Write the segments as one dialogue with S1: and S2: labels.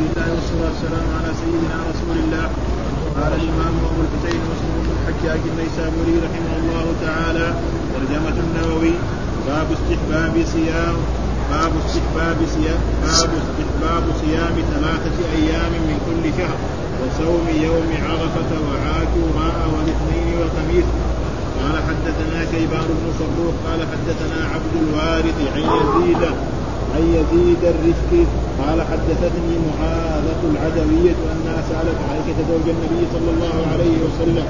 S1: لله والصلاة والسلام على سيدنا رسول الله. قال الإمام أبو الحسين مسلم بن الحجاج النيسابوري رحمه الله تعالى: ترجمة النووي. باب استحباب صيام 3 أيام من كل شهر، وصوم يوم عرفة وعاشوراء والاثنين والخميس. قال حدثنا شيبان بن صبوح قال حدثنا عبد الوارث عن يزيد الرزقي قال حدثتني معاذة العدوية أنها سألت عائشة زوج النبي صلى الله عليه وسلم: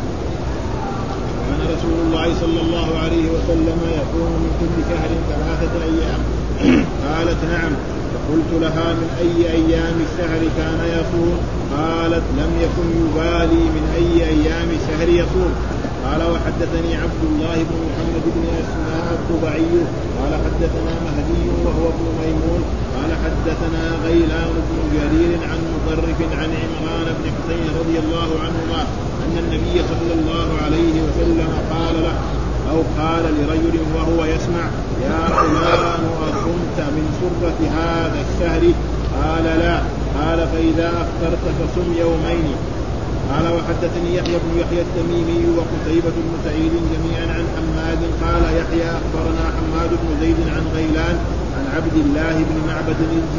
S1: كان رسول الله صلى الله عليه وسلم يصوم من كل شهر 3 أيام؟ قالت: نعم. فقلت لها: من أي أيام الشهر كان يصوم؟ قالت: لم يكن يبالي من أي أيام الشهر يصوم. قال: وحدثني عبد الله بن محمد بن أسماء الضبعي قال حدثنا مهدي وهو ابن ميمون قال حدثنا غيلان بن جرير عن مطرف عن عمران بن حسين رضي الله عنهما أن النبي صلى الله عليه وسلم قال له أو قال لرجل وهو يسمع: يا فلان أصمت من سرة هذا الشهر؟ قال: لا. قال: فإذا أفطرت فصم يومين. قال: وحدثني يحيى بن يحيى التميمي وقتيبة بن سعيد جميعا عن حماد قال يحيى أخبرنا حماد بن زيد عن غيلان عن عبد الله بن معبد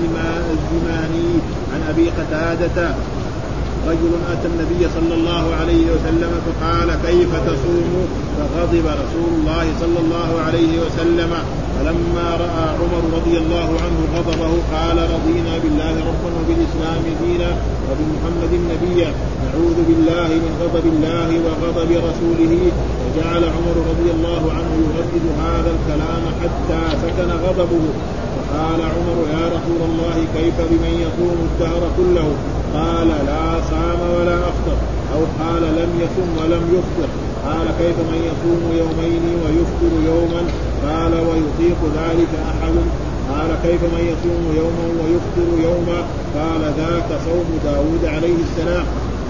S1: الزماني عن أبي قتادة: رجل أتى النبي صلى الله عليه وسلم فقال: كيف تصوم؟ فغضب رسول الله صلى الله عليه وسلم. فلما رأى عمر رضي الله عنه غضبه قال: رضينا بالله ربا وبالإسلام دينا وبمحمد نبيا، نعوذ بالله من غضب الله وغضب رسوله. وجعل عمر رضي الله عنه يردد هذا الكلام حتى سكن غضبه. فقال عمر: يا رسول الله، كيف بمن يصوم الدهر كله؟ قال: لا صام ولا أفطر. أو قال: لم يصم ولم يفطر. قال: كيف من يصوم يومين ويفطر يوما؟ قال: ويطيق ذلك أحد؟ قال: كيف من يصوم يوما ويفطر يوما؟ قال: ذاك صوم داود عليه السلام.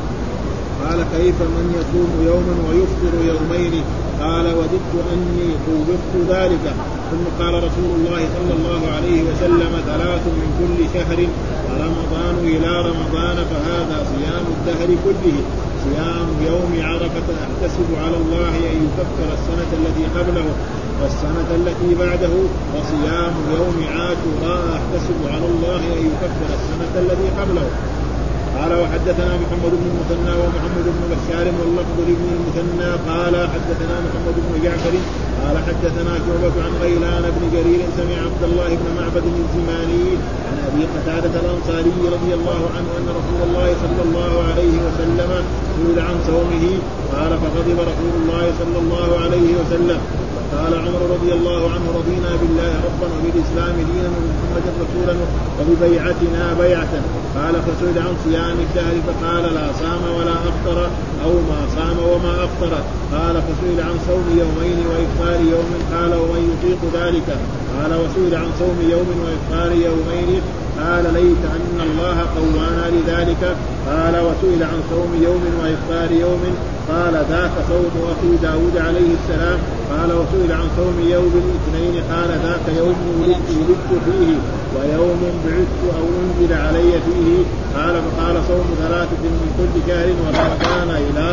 S1: قال: كيف من يصوم يوما ويفطر يومين؟ قال: وددت أني طوبقت ذلك. ثم قال رسول الله صلى الله عليه وسلم: 3 من كل شهر، ورمضان إلى رمضان، فهذا صيام الدهر كله. صيام يوم عرفة أحتسب على الله أن يكفر السنة التي قبله والسنة التي بعده، وصيام يوم عاشوراء أحتسب على الله أن يكفر السنة التي قبله. قال: وحدثنا محمد بن المثنى ومحمد بن بشار واللفظ لابن المثنى قال حدثنا محمد بن جعفر قال حدثنا شعبة عن غيلان بن جرير سمع عبد الله بن معبد الزماني عن أبي قتادة الأنصاري رضي الله عنه أن رسول الله صلى الله عليه وسلم سئل عن صومه قال: فغضب رسول الله صلى الله عليه وسلم. قال عمر رضي الله عنه: رضينا بالله ربا وبالإسلام دينا وبمحمد رسولا وببيعتنا بيعة. قال: فسئل عن صيام الدهر فقال: لا صام ولا أفطر أو ما صام وما أفطر. قال: فسئل عن صوم يومين وإفطار يوم. قال: ومن يطيق ذلك؟ قال: وسئل عن صوم يوم وإفطار يومين. قال: ليت أن الله قوانا لذلك. قال: وسئل عن صوم يوم وإفطار يوم. قال: ذاك صوم أخي داود عليه السلام. قال: وسئل عن صوم يوم الاثنين. قال: ذاك يوم ولدت فيه ويوم بعثت أو أنزل علي فيه. قال: فقال: صوم 3 من كل شهر، ورمضان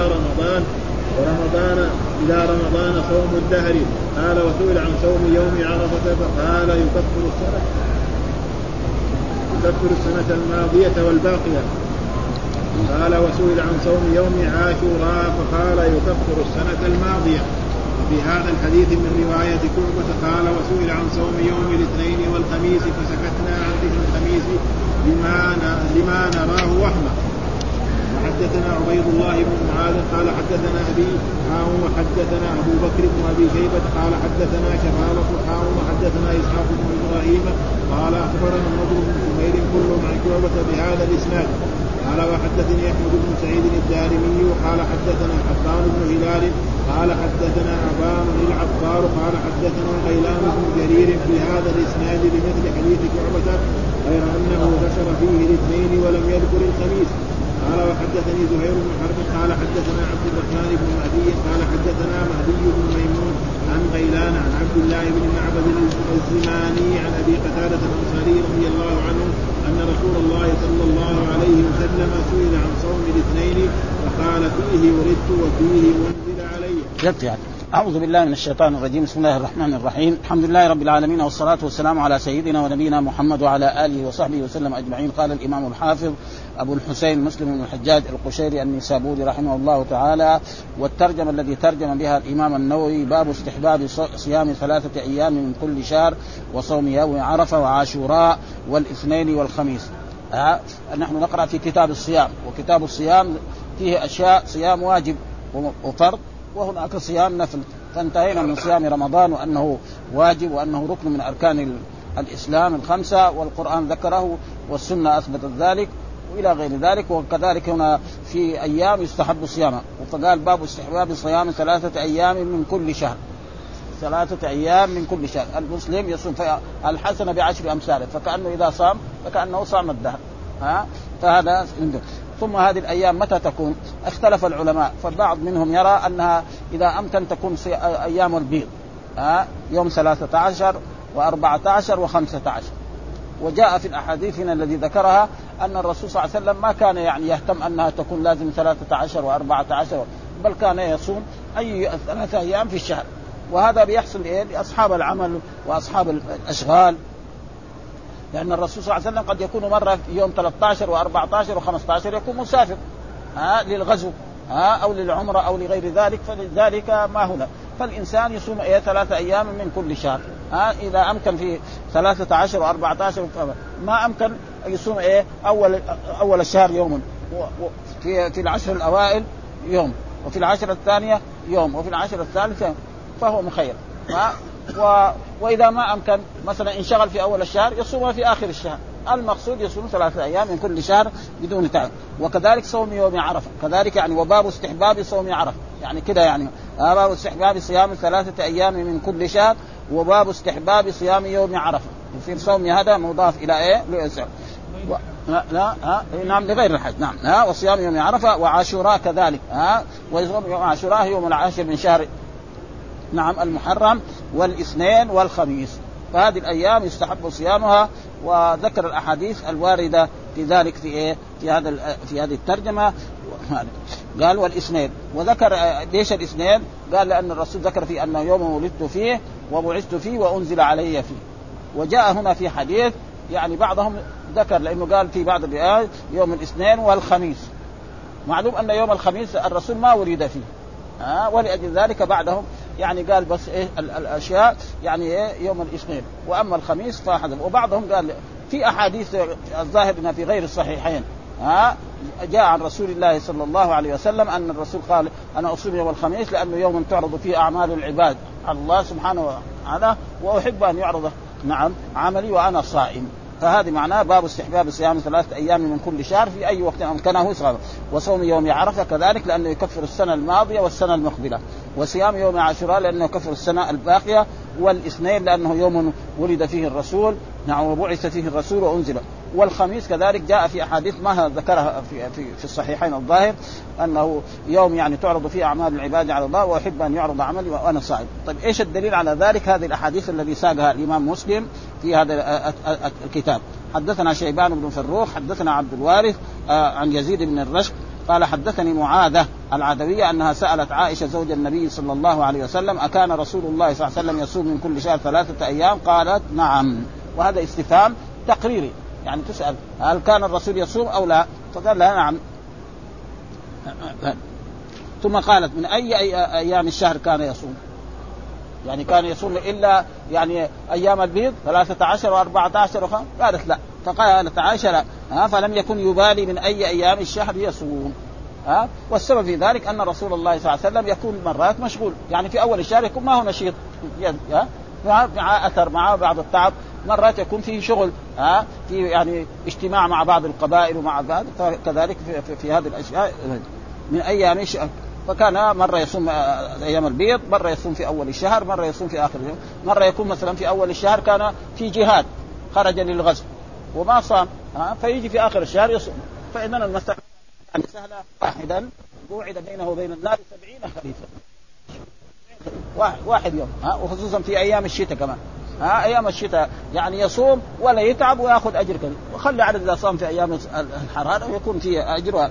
S1: إلى رمضان صوم الدهر. قال: وسئل عن صوم يوم عرفة فقال: يكفر السنة الماضية والباقية. قال: وسئل عن صوم يوم عاشوراء فقال: يكفر السنة الماضية. وفي هذا الحديث من رواية كعبة قال: وسئل عن صوم يوم الاثنين والخميس فسكتنا عن ذكر الخميس لما نراه وهما. وحدثنا عبيد الله بن معاذ قال حدثنا أبي وحدثنا أبو بكر بن أبي شيبة قال حدثنا شفاعة وحدثنا إسحاق بن إبراهيم قال أخبرنا النضر بن حمير كلهم عن شعبة بهذا الإسناد. قال: وحدثني أحمد بن سعيد الدارمي قال حدثنا حسان بن هلال قال حدثنا أبان العطار قال حدثنا غيلان بن جرير في هذا الإسناد بمثل حديث شعبة، غير أنه ذكر فيه الاثنين ولم يذكر الخميس. قال: وحدثني زهير بن حرب قال حدثنا عبد الرحمن بن مهدي قال حدثنا مهدي بن ميمون عن غيلان عن عبد الله بن معبد الزماني عن أبي قتادة الأنصاري رضي الله عنه أن رسول الله صلى الله عليه لما سئل عن صوم الاثنين فقال فيه ولدت وفيه أنزل علي.
S2: يعني أعوذ بالله من الشيطان الرجيم. بسم الله الرحمن الرحيم. الحمد لله رب العالمين والصلاة والسلام على سيدنا ونبينا محمد وعلى آله وصحبه وسلم أجمعين. قال الإمام الحافظ أبو الحسين مسلم بن الحجاج القشيري النيسابوري رحمه الله تعالى. والترجمة الذي ترجم بها الإمام النووي: باب استحباب صيام 3 أيام من كل شهر وصوم يوم عرفة وعاشوراء والاثنين والخميس. نحن نقرأ في كتاب الصيام، وكتاب الصيام فيه أشياء صيام واجب وفرض، وهناك صيام نفل. فانتهينا من صيام رمضان وأنه واجب وأنه ركن من أركان الإسلام ال5، والقرآن ذكره والسنة أثبتت ذلك وإلى غير ذلك. وكذلك هنا في أيام يستحب صيامها، فقال: باب استحباب صيام 3 أيام من كل شهر. 3 أيام من كل شهر. المسلم يصوم الحسنة ب10 أمثاله، فكأنه إذا صام فكأنه صام الدهر. فهذا ثم هذه الأيام متى تكون؟ اختلف العلماء، فالبعض منهم يرى أنها إذا أمكن تكون أيام البيض، يوم 13 و14 و15. وجاء في الأحاديث هنا الذي ذكرها أن الرسول صلى الله عليه وسلم ما كان يهتم أنها تكون لازم 13 و14، بل كان يصوم أي 3 أيام في الشهر. وهذا بيحصل لأصحاب العمل وأصحاب الأشغال، لأن الرسول صلى الله عليه وسلم قد يكون مرة يوم 13 و14 و15 يكون مسافر للغزو أو للعمرة أو لغير ذلك، فلذلك ما هنا. فالإنسان يصوم 3 أيام من كل شهر. إذا أمكن في 13 و14 ما أمكن يصوم أول الشهر يوم، في العشر الأوائل يوم، وفي العشر الثانية يوم، وفي العشر الثالثة، فهو مخير. وإذا ما أمكن مثلا انشغل في أول الشهر يصوم في آخر الشهر. المقصود يصوم 3 أيام من كل شهر بدون تعب. وكذلك صوم يوم عرفة كذلك يعني. وباب استحباب صوم عرفة يعني كده يعني باب استحباب صيام 3 أيام من كل شهر، وباب استحباب صيام يوم عرفة. يصير صوم هذا مضاف إلى ليسر نعم لغير الحج. نعم وصيام يوم عرفة وعاشوراء كذلك. ويوم عاشوراء يوم 10 من شهر المحرم والاثنين والخميس. فهذه الأيام يستحب صيامها. وذكر الأحاديث الواردة في ذلك في هذه الترجمة. قال والاثنين، وذكر ليش الاثنين؟ قال لأن الرسول ذكر فيه أنه يوم ولدت فيه وبعثت فيه وأنزل علي فيه. وجاء هنا في حديث يعني بعضهم ذكر لأنه قال في بعض الآيات يوم الاثنين والخميس. معلوم أن يوم الخميس الرسول ما ولد فيه، ولأجل ذلك بعدهم يعني قال بس الأشياء يعني يوم الاثنين، وأما الخميس فحذف. وبعضهم قال في أحاديث الظاهر أنها في غير الصحيحين جاء عن رسول الله صلى الله عليه وسلم أن الرسول قال: أنا أصوم يوم الخميس لأنه يوم تعرض فيه أعمال العباد على الله سبحانه وتعالى، وأحب أن يعرض عملي وأنا صائم. فهذه معناه باب استحباب صيام 3 أيام من كل شهر في أي وقت أمكنه صام. وصوم يوم عرفة كذلك لأنه يكفر السنة الماضية والسنة المقبلة. وصيام يوم عاشوراء لأنه يكفر السنة الباقية. والاثنين لأنه يوم ولد فيه الرسول وبعث فيه الرسول وأنزل. والخميس كذلك جاء في أحاديث ما ذكرها في الصحيحين الظاهر أنه يوم يعني تعرض فيه أعمال العباد على الله وأحب أن يعرض عملي وأنا صائم. طيب إيش الدليل على ذلك؟ هذه الأحاديث الذي ساقها الإمام مسلم في هذا الكتاب. حدثنا شيبان بن فروخ حدثنا عبد الوارث عن يزيد بن الرشق قال: حدثني معاذة العدوية أنها سألت عائشة زوج النبي صلى الله عليه وسلم: أكان رسول الله صلى الله عليه وسلم يصوم من كل شهر 3 أيام؟ قالت: نعم. وهذا استفهام تقريري يعني تسأل هل كان الرسول يصوم أو لا؟ فقال لها: نعم. ثم قالت: من أي أيام الشهر كان يصوم؟ يعني كان يصوم إلا يعني أيام البيض 13 و14 قالت: لا. فقالت عائشة: لا. فلم يكن يبالي من أي أيام الشهر يصوم. والسبب في ذلك أن رسول الله صلى الله عليه وسلم يكون مرات مشغول، يعني في أول الشهر يكون ما هو نشيط، مع أثر مع بعض التعب، مرات يكون فيه شغل في يعني اجتماع مع بعض القبائل ومع بعض، كذلك في هذه الأشياء من أيام الشهر. فكان مرة يصوم أيام البيض، مرة يصوم في أول الشهر، مرة يصوم في آخر الشهر، مرة يكون مثلا في أول الشهر كان في جهاد خرج للغزو وما صام، فيجي في آخر الشهر يصوم. فإننا المسألة يعني سهلة، واحدا قوعد بينه وبين النار 70 خريفا، واحد يوم، وخصوصا في أيام الشتاء كمان، أيام الشتاء يعني يصوم ولا يتعب ويأخذ أجر كذا، وخلي عدد إذا صام في أيام الحرارة ويكون فيه أجر.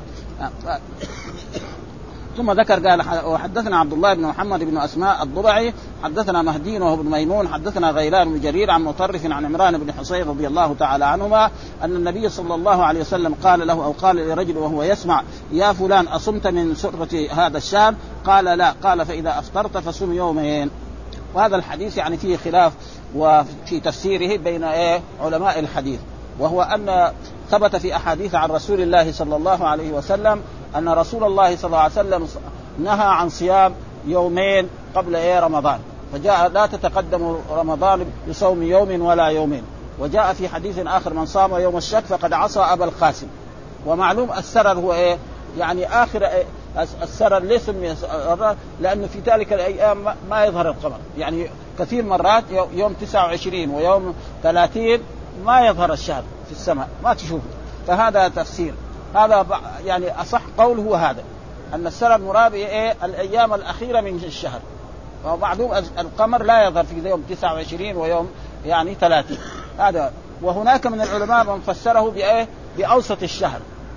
S2: ثم ذكر قال وحدثنا عبد الله بن محمد بن أسماء الضبعي حدثنا مهدي وهو بن ميمون حدثنا غيلان بن جرير عن مطرف عن عمران بن حصين رضي الله تعالى عنهما أن النبي صلى الله عليه وسلم قال له أو قال لرجل وهو يسمع يا فلان أصمت من سرة هذا الشهر؟ قال لا. قال فإذا أفطرت فصم يومين. وهذا الحديث يعني فيه خلاف وفي تفسيره بين علماء الحديث، وهو أن ثبت في أحاديث عن رسول الله صلى الله عليه وسلم أن رسول الله صلى الله عليه وسلم نهى عن صيام يومين قبل رمضان، فجاء لا تتقدم رمضان بصوم يوم ولا يومين. وجاء في حديث آخر من صام يوم الشك فقد عصى أبا القاسم. ومعلوم السرر هو يعني آخر السرر ليس لأنه في ذلك الأيام ما يظهر القمر، يعني كثير مرات يوم 29 ويوم 30 ما يظهر الشهر في السماء ما تشوفه. فهذا تفسير، هذا يعني أصح قول هو هذا أن السنة المراد الأيام الأخيرة من الشهر، ومعلوم القمر لا يظهر في يوم 29 ويوم يعني 30 هذا. وهناك من العلماء من فسره بأوسط الشهر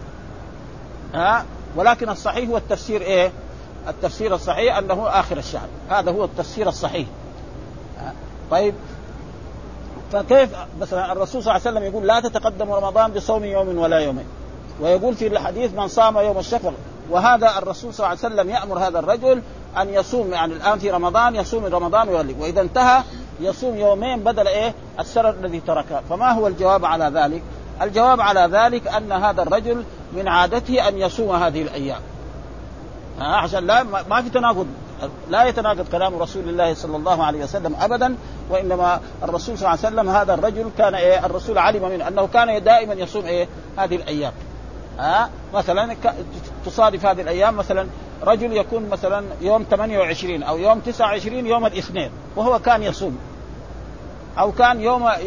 S2: ولكن الصحيح هو التفسير التفسير الصحيح أنه آخر الشهر، هذا هو التفسير الصحيح. طيب فكيف مثلا الرسول صلى الله عليه وسلم يقول لا تتقدم رمضان بصوم يوم ولا يومين، ويقول في الحديث من صام يوم الشك، وهذا الرسول صلى الله عليه وسلم يأمر هذا الرجل أن يصوم يعني الآن في رمضان يصوم رمضان ويولي، وإذا انتهى يصوم يومين بدل السنة الذي تركه. فما هو الجواب على ذلك؟ الجواب على ذلك أن هذا الرجل من عادته أن يصوم هذه الأيام عشان لا ما في تناقض، لا يتناقض كلام رسول الله صلى الله عليه وسلم أبدا. وإنما الرسول صلى الله عليه وسلم هذا الرجل كان الرسول علم منه أنه كان دائما يصوم هذه الأيام. مثلا تصادف هذه الأيام مثلا رجل يكون مثلا يوم 28 أو يوم 29 يوم الاثنين وهو كان يصوم، أو كان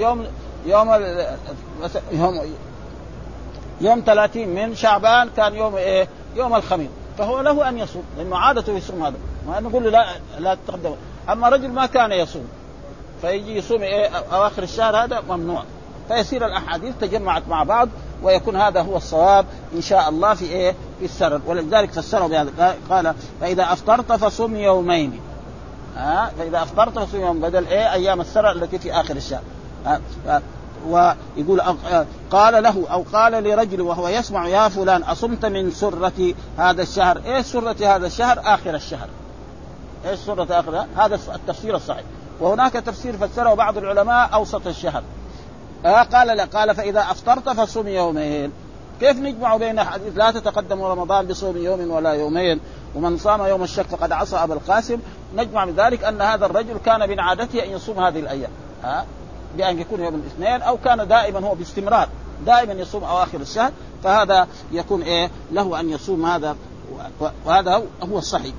S2: يوم 30 من شعبان كان يوم الخميس، فهو له أن يصوم لأنه عادته يصوم هذا، ما نقول له لا تقدم. أما رجل ما كان يصوم فيجي يصوم أواخر الشهر هذا ممنوع، فيصير الأحاديث تجمعت مع بعض ويكون هذا هو الصواب إن شاء الله في السرد. ولذلك فسره بهذا قال فإذا أفطرت فصم يومين، فإذا أفطرت فصم يوم بدل أيام السرد التي في آخر الشهر. ويقول قال له أو قال لرجل وهو يسمع يا فلان أصمت من سرة هذا الشهر؟ سرة هذا الشهر آخر الشهر. سرة آخر هذا التفسير الصحيح. وهناك تفسير فسره بعض العلماء أوسط الشهر. قال لا، قال فإذا أفطرت فصوم يومين. كيف نجمع بين حديث لا تتقدم رمضان بصوم يوم ولا يومين ومن صام يوم الشك فقد عصى أبا القاسم؟ نجمع بذلك أن هذا الرجل كان من عادته أن يصوم هذه الأيام بأن يكون يوم الاثنين، أو كان دائما هو باستمرار دائما يصوم أواخر الشهر، فهذا يكون له أن يصوم هذا، وهذا هو الصحيح.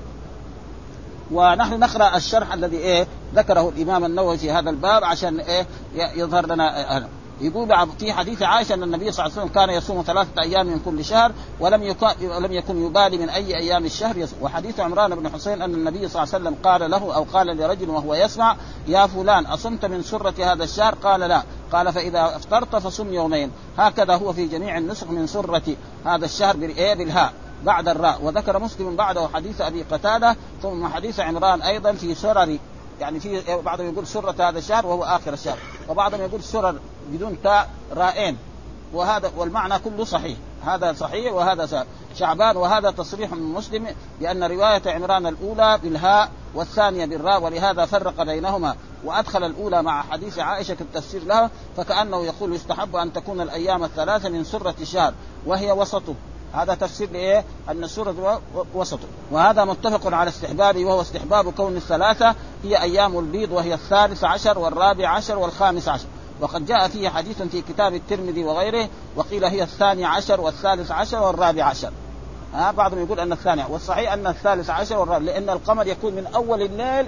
S2: ونحن نقرأ الشرح الذي ذكره الإمام النووي في هذا الباب عشان يظهر لنا. يقول في حديث عائشة أن النبي صلى الله عليه وسلم كان يصوم 3 أيام من كل شهر ولم يكن يبالي من أي أيام الشهر. وحديث عمران بن حصين أن النبي صلى الله عليه وسلم قال له أو قال لرجل وهو يسمع يا فلان أصمت من سرة هذا الشهر؟ قال لا. قال فإذا أفطرت فصم يومين. هكذا هو في جميع النسخ من سرة هذا الشهر بالهاء بعد الراء. وذكر مسلم بعده حديث أبي قتادة ثم حديث عمران أيضا في سرر، يعني في بعضهم يقول سرة هذا الشهر وهو آخر الشهر، وبعضهم يقول سرر بدون تاء رائين، وهذا والمعنى كله صحيح، هذا صحيح وهذا شعبان. وهذا تصريح من مسلم بأن رواية عمران الأولى بالهاء والثانية بالراء، ولهذا فرق بينهما وأدخل الأولى مع حديث عائشة في التفسير لها، فكأنه يقول يستحب أن تكون الأيام الثلاثة من سرة الشهر وهي وسطه. هذا تفسير أن السورة وسطه، وهذا متفق على استحبابه، وهو استحباب كون الثلاثة هي أيام البيض وهي 13 و14 و15. وقد جاء فيه حديث في كتاب الترمذي وغيره وقيل هي 12 و13 و14. بعضهم يقول أن الثانية، والصحيح أن 13 والرابع، لأن القمر يكون من أول الليل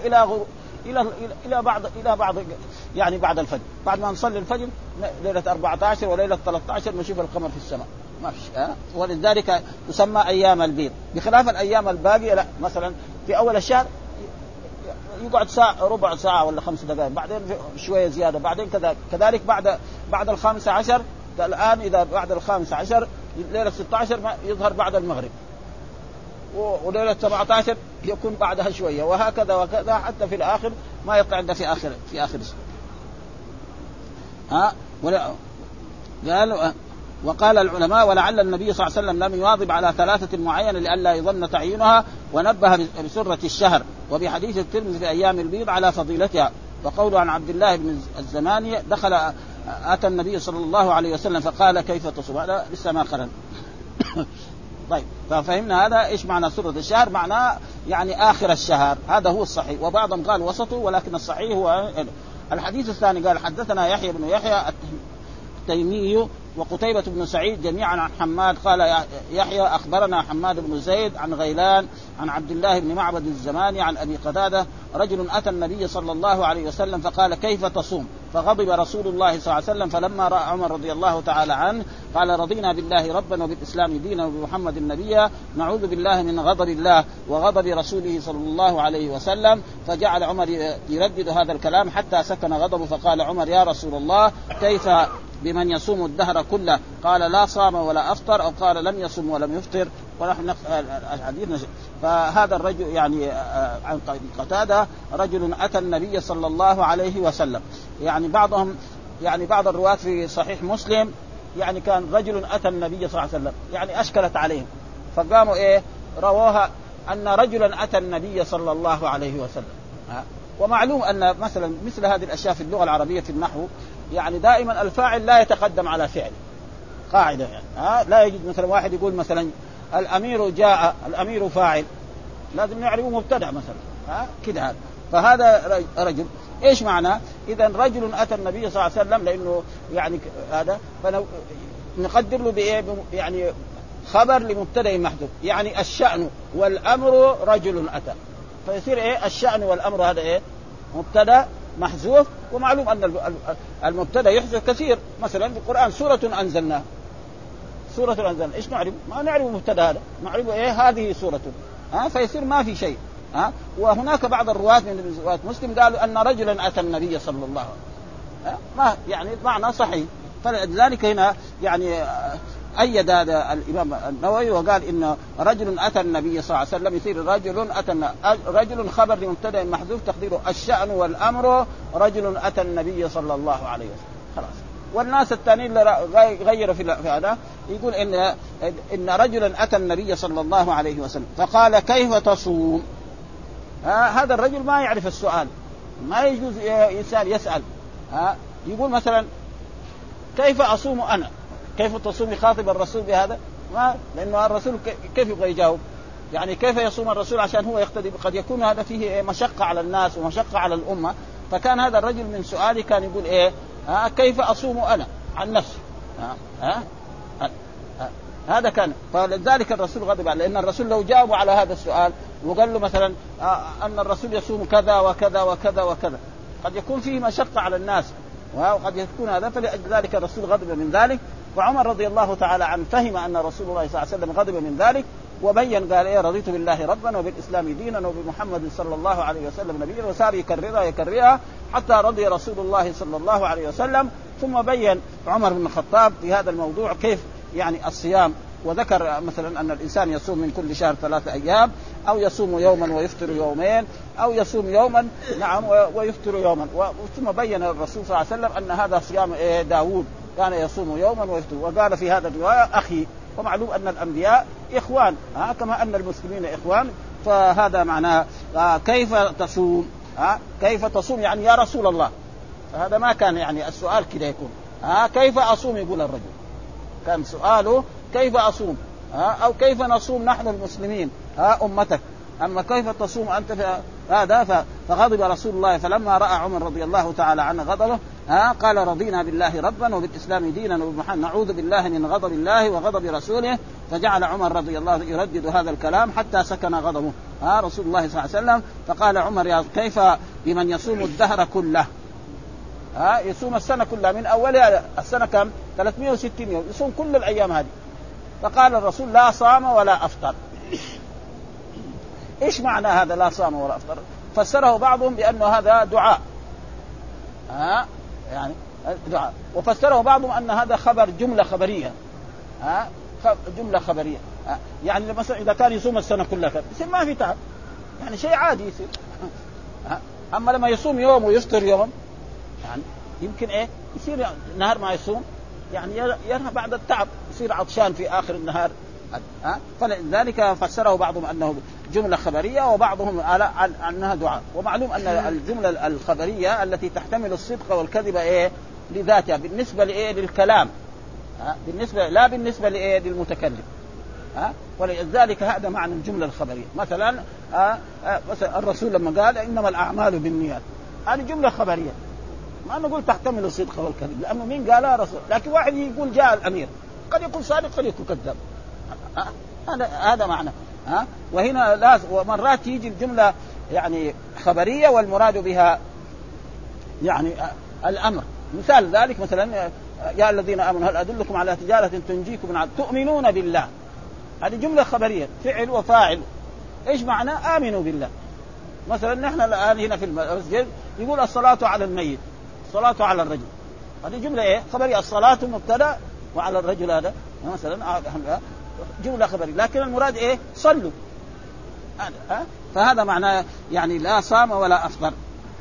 S2: إلى بعض يعني بعد الفجر، بعد ما نصلي الفجر ليلة 14 وليلة 13 نشوف القمر في السماء ما فيش. ولذلك تسمى أيام البيض، بخلاف الأيام الباقية لا. مثلا في أول الشهر يقعد ساعة ربع ساعة ولا 5 دقائق، بعدين شوية زيادة، بعدين كذلك بعد 15. الآن إذا بعد 15 ليلة 16 يظهر بعد المغرب، وليلة 17 يكون بعدها شوية، وهكذا وكذا حتى في الآخر ما يطلع عندنا في آخر قال. وقال العلماء ولعل النبي صلى الله عليه وسلم لم يواظب على 3 معينة لئلا يظن تعيينها، ونبه بسرة الشهر، وبحديث الترمذي في أيام البيض على فضيلتها. وقوله عن عبد الله بن الزماني أتى النبي صلى الله عليه وسلم فقال كيف تصوم، هذا لسه ما قرن. طيب ففهمنا هذا إيش معنى سرة الشهر، معناه يعني آخر الشهر، هذا هو الصحيح، وبعضهم قال وسطه، ولكن الصحيح هو الحديث الثاني. قال حدثنا يحيى بن يحيى التيمي وقتيبة بن سعيد جميعا عن حماد، قال يحيى أخبرنا حماد بن زيد عن غيلان عن عبد الله بن معبد الزماني عن أبي قتادة رجل أتى النبي صلى الله عليه وسلم فقال كيف تصوم، فغضب رسول الله صلى الله عليه وسلم، فلما رأى عمر رضي الله تعالى عنه قال رضينا بالله ربا وبالإسلام دينا وبمحمد نبيا، نعوذ بالله من غضب الله وغضب رسوله صلى الله عليه وسلم. فجعل عمر يردد هذا الكلام حتى سكن غضبه، فقال عمر يا رسول الله كيف بمن يصوم الدهر كله؟ قال لا صام ولا أفطر، أو قال لم يصم ولم يفطر. ونحن الحديث. فهذا الرجل يعني عن قتادة رجل أتى النبي صلى الله عليه وسلم، يعني بعضهم يعني بعض الرواة في صحيح مسلم يعني كان رجل أتى النبي صلى الله عليه وسلم، يعني أشكلت عليهم فقاموا رواها أن رجلا أتى النبي صلى الله عليه وسلم. ومعلوم أن مثلا مثل هذه الأشياء في اللغة العربية في النحو يعني دائما الفاعل لا يتقدم على فعل، قاعدة يعني لا يجد مثلا واحد يقول مثلا الأمير جاء، الأمير فاعل، لازم نعرفه مبتدأ مثلا كده هذا. فهذا رجل إيش معناه؟ إذا رجل أتى النبي صلى الله عليه وسلم، لأنه يعني هذا فنقدر له بإيه يعني خبر لمبتدأ محذوف، يعني الشأن والأمر رجل أتى، فيصير الشأن والأمر هذا مبتدأ محذوف. ومعلوم أن المبتدأ يحذف كثير، مثلا في القرآن سورة أنزلناها، سورة أنزلنا إيش نعرف؟ ما نعرف مبتدأ هذا، نعرف هذه سورة، فيصير ما في شيء. وهناك بعض الرواة من رواة مسلم قالوا أن رجلا أتى النبي صلى الله عليه وسلم، ما يعني معنى صحيح. فلذلك هنا يعني أيد هذا الإمام النووي وقال إن رجل أتى النبي صلى الله عليه وسلم يصير رجل أتى، رجل خبر لمبتدأ محذوف تقديره الشأن والأمر رجل أتى النبي صلى الله عليه وسلم، خلاص. والناس الثانيين اللي غيروا في هذا يقول إن رجلا أتى النبي صلى الله عليه وسلم فقال كيف تصوم. هذا الرجل ما يعرف السؤال، ما يجوز يسأل. يقول مثلا كيف أصوم أنا، كيف تصوم، يخاطب الرسول بهذا، ما لأنه الرسول كيف يبغى يجاوب؟ يعني كيف يصوم الرسول عشان هو يقتدي؟ قد يكون هذا فيه مشقة على الناس ومشقة على الأمة. فكان هذا الرجل من سؤالي كان يقول كيف أصوم أنا عن نفسي. هذا كان. فلذلك الرسول غضب عليه، لأن الرسول لو جاوب على هذا السؤال وقال له مثلا أن الرسول يصوم كذا وكذا وكذا وكذا قد يكون فيه مشقة على الناس، وقد يكون هذا، فلذلك الرسول غضب من ذلك. وعمر رضي الله تعالى عنه فهم أن رسول الله صلى الله عليه وسلم غضب من ذلك، وبين قال رضيت بالله ربا وبالإسلام دينا وبمحمد صلى الله عليه وسلم نبيا، وصار يكررها حتى رضي رسول الله صلى الله عليه وسلم. ثم بين عمر بن الخطاب في هذا الموضوع كيف يعني الصيام، وذكر مثلا أن الإنسان يصوم من كل شهر 3 أيام، أو يصوم يوما ويفطر يومين، أو يصوم يوما نعم ويفطر يوما. ثم بين الرسول صلى الله عليه وسلم أن هذا صيام داود كان يصوم يوما ويفطر. وقال في هذا الرواية أخي، ومعلوم أن الأنبياء إخوان كما أن المسلمين إخوان. فهذا معناه كيف تصوم، كيف تصوم يعني يا رسول الله. هذا ما كان يعني السؤال كده يكون كيف أصوم، يقول الرجل كان سؤاله كيف أصوم، أو كيف نصوم نحن المسلمين أمتك، أما كيف تصوم أنت هذا. فغضب رسول الله، فلما رأى عمر رضي الله تعالى عنه غضبه قال رضينا بالله ربا وبالإسلام دينا وبمحمد نعوذ بالله من غضب الله وغضب رسوله. فجعل عمر رضي الله عنه يردد هذا الكلام حتى سكن غضبه رسول الله صلى الله عليه وسلم. فقال عمر يا كيف بمن يصوم الدهر كله، يصوم السنة كلها من أولها السنة كم 360 يوم، يصوم كل الأيام هذه. فقال الرسول لا صام ولا أفطر. إيش معنى هذا لا صام ولا أفطر؟ فسره بعضهم بأنه هذا دعاء، يعني دعاء، وفسره بعضهم أن هذا خبر جملة خبرية، جملة خبرية، يعني مثلا إذا كان يصوم السنة كلها يصير ما في تعب، يعني شيء عادي يصير. أما لما يصوم يوم ويفطر يوم يعني يمكن يصير نهار ما يصوم، يعني يرهى بعد التعب، يصير عطشان في آخر النهار. فلذلك فسره بعضهم أنه جملة خبرية، وبعضهم أنها دعاء. ومعلوم أن الجملة الخبرية التي تحتمل الصدق والكذب لذاتها بالنسبة للكلام، لا بالنسبة للمتكلم. ولذلك هذا معنى الجملة الخبرية. مثلا الرسول لما قال إنما الأعمال بالنيات، هذه جملة خبرية، ما نقول تحتمل الصدق والكذب، لأنه مين قالها؟ رسول. لكن واحد يقول جاء الأمير، قد يكون صادق قد يكون كذاب، هذا معنى. وهنا لازم، ومرات يجي الجملة يعني خبرية والمراد بها يعني الأمر. مثال ذلك مثلا يا الذين آمنوا هل أدلكم على تجارة تنجيكم من عذاب تؤمنون بالله، هذه جملة خبرية، فعل وفاعل. إيش معنى؟ آمنوا بالله. مثلا نحن الآن هنا في المسجد يقول الصلاة على الميت، الصلاة على الرجل، هذه جملة خبرية، الصلاة مبتدأ وعلى الرجل هذا مثلا جملة خبرية، لكن المراد صلوا. فهذا معناه يعني لا صام ولا أفطر،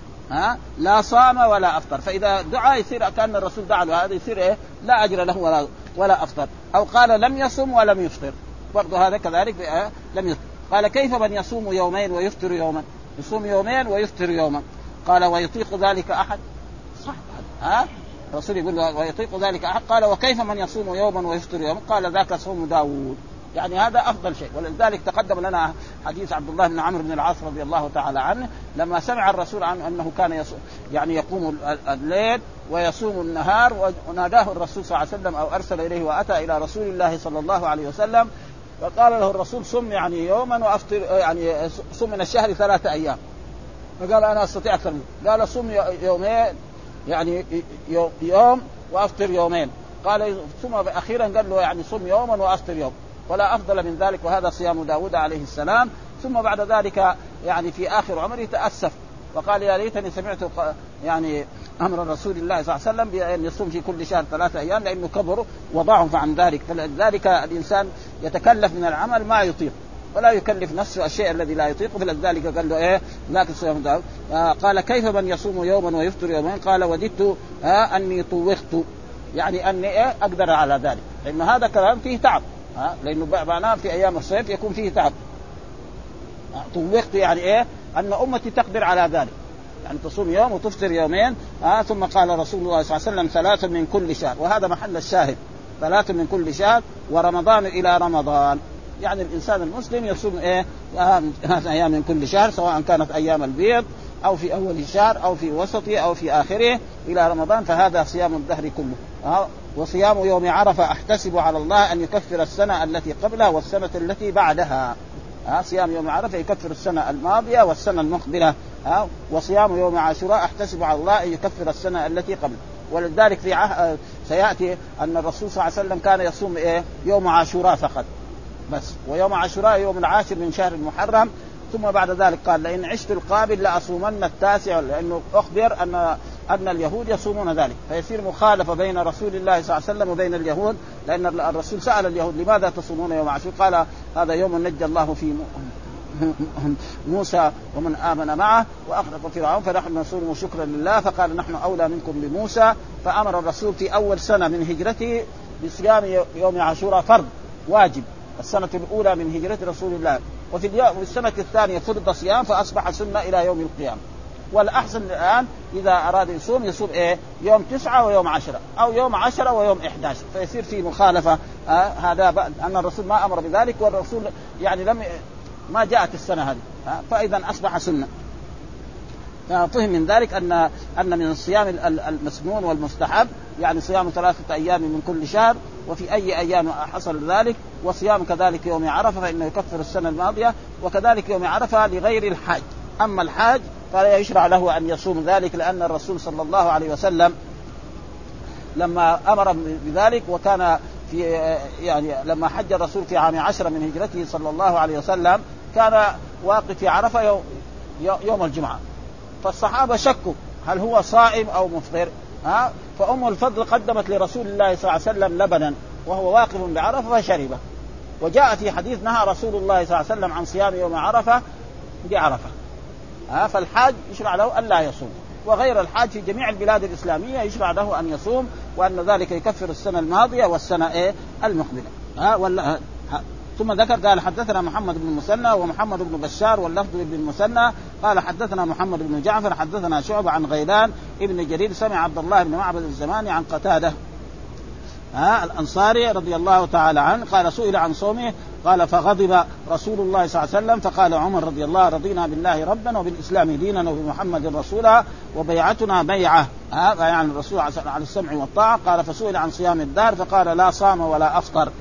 S2: لا صام ولا أفطر. فإذا دعا يصير كأن الرسول دعا له، هذا يصير لا أجر له ولا أفطر. أو قال لم يصم ولم يفطر، برضو هذا كذلك لم يفطر. قال كيف من يصوم يومين ويفطر يوما؟ يصوم يومين ويفطر يوما. قال ويطيق ذلك أحد؟ صح. الرسول يقول ويطيق ذلك أحد. قال وكيف من يصوم يوما ويفطر يوما؟ قال ذاك صوم داود. يعني هذا أفضل شيء. ولذلك تقدم لنا حديث عبد الله بن عمرو بن العاص رضي الله تعالى عنه لما سمع الرسول عنه أنه كان يعني يقوم الليل ويصوم النهار، وناداه الرسول صلى الله عليه وسلم أو أرسل إليه وأتى إلى رسول الله صلى الله عليه وسلم، فقال له الرسول صم يعني يوما وأفطر، يعني صم من الشهر 3 أيام. فقال أنا أستطيع أكثر منه. قال صم يومين، يعني يوم وأفطر يومين. قال ثم أخيرا قال له يعني صم يوما وأفطر يوم، ولا أفضل من ذلك، وهذا صيام داود عليه السلام. ثم بعد ذلك يعني في آخر عمره تأسف وقال يا ليتني سمعت يعني أمر رسول الله صلى الله عليه وسلم بأن يصوم في كل شهر 3 أيام، لأنه كبر وضعف عن ذلك. فلذلك الإنسان يتكلف من العمل ما يطيق، ولا يكلف نفسه الشيء الذي لا يطيقه. فلذلك قال له لكن صيام داود. قال كيف من يصوم يوما ويفطر يومين؟ قال وددت أني طوقت، يعني أني أقدر على ذلك، لأن هذا كلام فيه تعب، لأنه معناه في أيام الصيف يكون فيه تعب. طوقت يعني أن أمتي تقدر على ذلك، يعني تصوم يوم وتفطر يومين. ثم قال رسول الله صلى الله عليه وسلم 3 من كل شهر، وهذا محل الشاهد، 3 من كل شهر، ورمضان إلى رمضان. يعني الإنسان المسلم يصوم أيام من كل شهر، سواء كانت أيام البيض أو في أول الشهر أو في وسطه أو في آخره إلى رمضان، فهذا صيام الدهر كله. وصيام يوم عرفة أحتسب على الله أن يكفر السنة التي قبلها والسنة التي بعدها. صيام يوم عرفة يكفر السنة الماضية والسنة المقبلة. وصيام يوم عاشوراء أحتسب على الله أن يكفر السنة التي قبل. ولذلك سيأتي أن الرسول صلى الله عليه وسلم كان يصوم يوم عاشوراء فقط بس، ويوم عاشوراء يوم 10 من شهر المحرم. ثم بعد ذلك قال لئن عشت القابل لأصومن التاسع، لأنه أخبر أن اليهود يصومون ذلك، فيصير مخالفة بين رسول الله صلى الله عليه وسلم وبين اليهود، لأن الرسول سأل اليهود لماذا تصومون يوم عاشوراء؟ قال هذا يوم نجى الله فيه موسى ومن آمن معه وأغرق فرعون فنحن نصوم شكرا لله. فقال نحن أولى منكم بموسى. فأمر الرسول في أول سنة من هجرته بصيام يوم عاشوراء فرض واجب، السنة الأولى من هجرة رسول الله. وفي السنة الثانية فرض صيام، فأصبح سنة إلى يوم القيامة. والأحسن الآن إذا أراد يصوم يوم 9 ويوم 10 أو يوم 10 ويوم 11، فيصير في مخالفة. هذا أن الرسول ما أمر بذلك، والرسول يعني ما جاءت السنة هذه، فإذا أصبح سنة. فهم من ذلك أن من الصيام المسنون والمستحب يعني صيام 3 أيام من كل شهر، وفي أي أيام حصل ذلك. وصيام كذلك يوم عرفة فإنه يكفر السنة الماضية، وكذلك يوم عرفة لغير الحاج. أما الحاج فلا يشرع له أن يصوم ذلك، لأن الرسول صلى الله عليه وسلم لما أمر بذلك، وكان في يعني لما حج الرسول في عام 10 من هجرته صلى الله عليه وسلم كان واقف في عرفة يوم الجمعة، فالصحابة شكوا هل هو صائم أو مفطر. فأم الفضل قدمت لرسول الله صلى الله عليه وسلم لبنا وهو واقف بعرفة فشربه. وجاء في حديث نهى رسول الله صلى الله عليه وسلم عن صيام يوم عرفة بعرفة. فالحاج يشرع له أن لا يصوم، وغير الحاج في جميع البلاد الإسلامية يشرع له أن يصوم، وأن ذلك يكفر السنة الماضية والسنة المقبلة. ثم ذكر قال حدثنا محمد بن المثنى ومحمد بن بشار واللفظ بن المثنى قال حدثنا محمد بن جعفر حدثنا شعبة عن غيلان ابن جرير سمع عبد الله بن معبد الزماني عن قتادة الأنصاري رضي الله تعالى عنه قال سئل عن صومه قال فغضب رسول الله صلى الله عليه وسلم فقال عمر رضي الله رضينا بالله ربا وبالإسلام دينا وبمحمد رسولا وبيعتنا بيعة يعني الرسول على السمع والطاعة. قال فسئل عن صيام الدار فقال لا صام ولا أفطر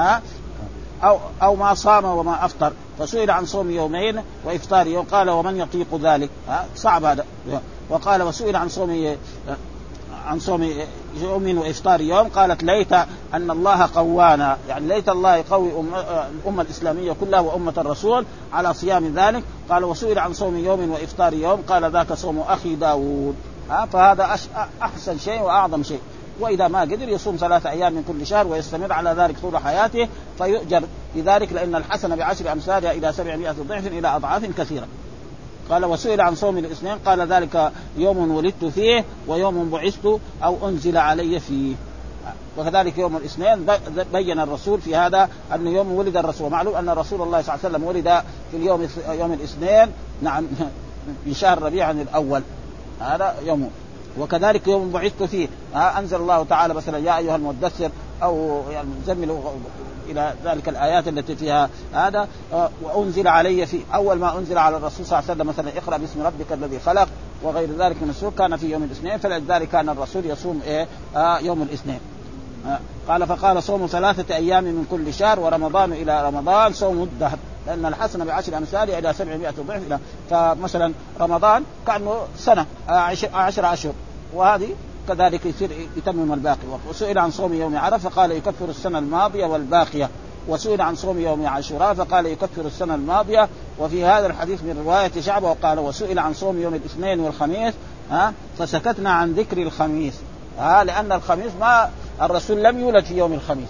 S2: أو ما صام وما أفطر. فسئل عن صوم يومين وإفطار يوم قال ومن يطيق ذلك صعب هذا. وقال وسئل عن صوم يوم وإفطار يوم قالت ليت أن الله قوانا، يعني ليت الله يقوي الأمة الإسلامية كلها وأمة الرسول على صيام ذلك. قال وسئل عن صوم يوم وإفطار يوم قال ذاك صوم أخي داود. فهذا أحسن شيء وأعظم شيء. وإذا ما قدر يصوم 3 أيام من كل شهر ويستمر على ذلك طول حياته فيؤجر بذلك، لأن الحسنة ب10 أمثالها إلى 700 ضعف إلى أضعاف كثيرة. قال وسئل عن صوم الاثنين قال ذلك يوم ولدت فيه ويوم بعثت أو أنزل علي فيه. وكذلك يوم الاثنين بين الرسول في هذا أنه يوم ولد الرسول. معلوم أن رسول الله صلى الله عليه وسلم ولد في يوم الاثنين نعم في شهر ربيع الأول، هذا يوم. وكذلك يوم بعثت فيه أنزل الله تعالى مثلا يا أيها المدثر أو يعني مزمل إلى ذلك الآيات التي فيها هذا. وأنزل علي في أول ما أنزل على الرسول صلى الله عليه وسلم مثلا اقرأ باسم ربك الذي خلق وغير ذلك من السور كان في يوم الاثنين، فلذلك كان الرسول يصوم يوم الاثنين. قال فقال صوم 3 أيام من كل شهر ورمضان إلى رمضان صوم الدهر، لأن الحسنة ب10 أمثالها إلى 700 ضعف. فمثلا رمضان كأنه سنة 10 أشهر، وهذه كذلك يصير يتمم الباقي. وسئل عن صوم يوم عرفة فقال يكفر السنة الماضية والباقية. وسئل عن صوم يوم عاشوراء فقال يكفر السنة الماضية. وفي هذا الحديث من رواية شعبة وقال وسئل عن صوم يوم الاثنين والخميس فسكتنا عن ذكر الخميس لأن الخميس ما الرسول لم يولد في يوم الخميس